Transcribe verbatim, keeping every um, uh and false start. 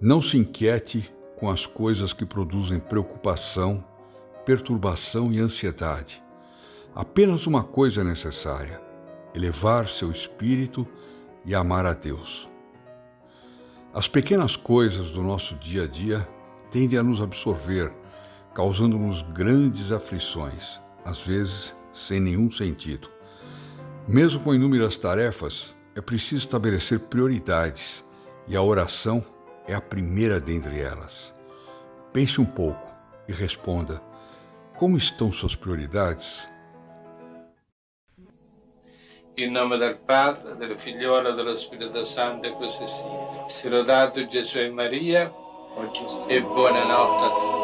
Não se inquiete com as coisas que produzem preocupação, perturbação e ansiedade. Apenas uma coisa é necessária: elevar seu espírito e amar a Deus. As pequenas coisas do nosso dia a dia tendem a nos absorver, causando-nos grandes aflições, às vezes sem nenhum sentido. Mesmo com inúmeras tarefas, é preciso estabelecer prioridades, e a oração é a primeira dentre elas. Pense um pouco e responda: como estão suas prioridades? In nome del Padre, del Figliolo e dello Spirito Santo, e così sia. Sia lodato Gesù e Maria, e buonanotte a tutti.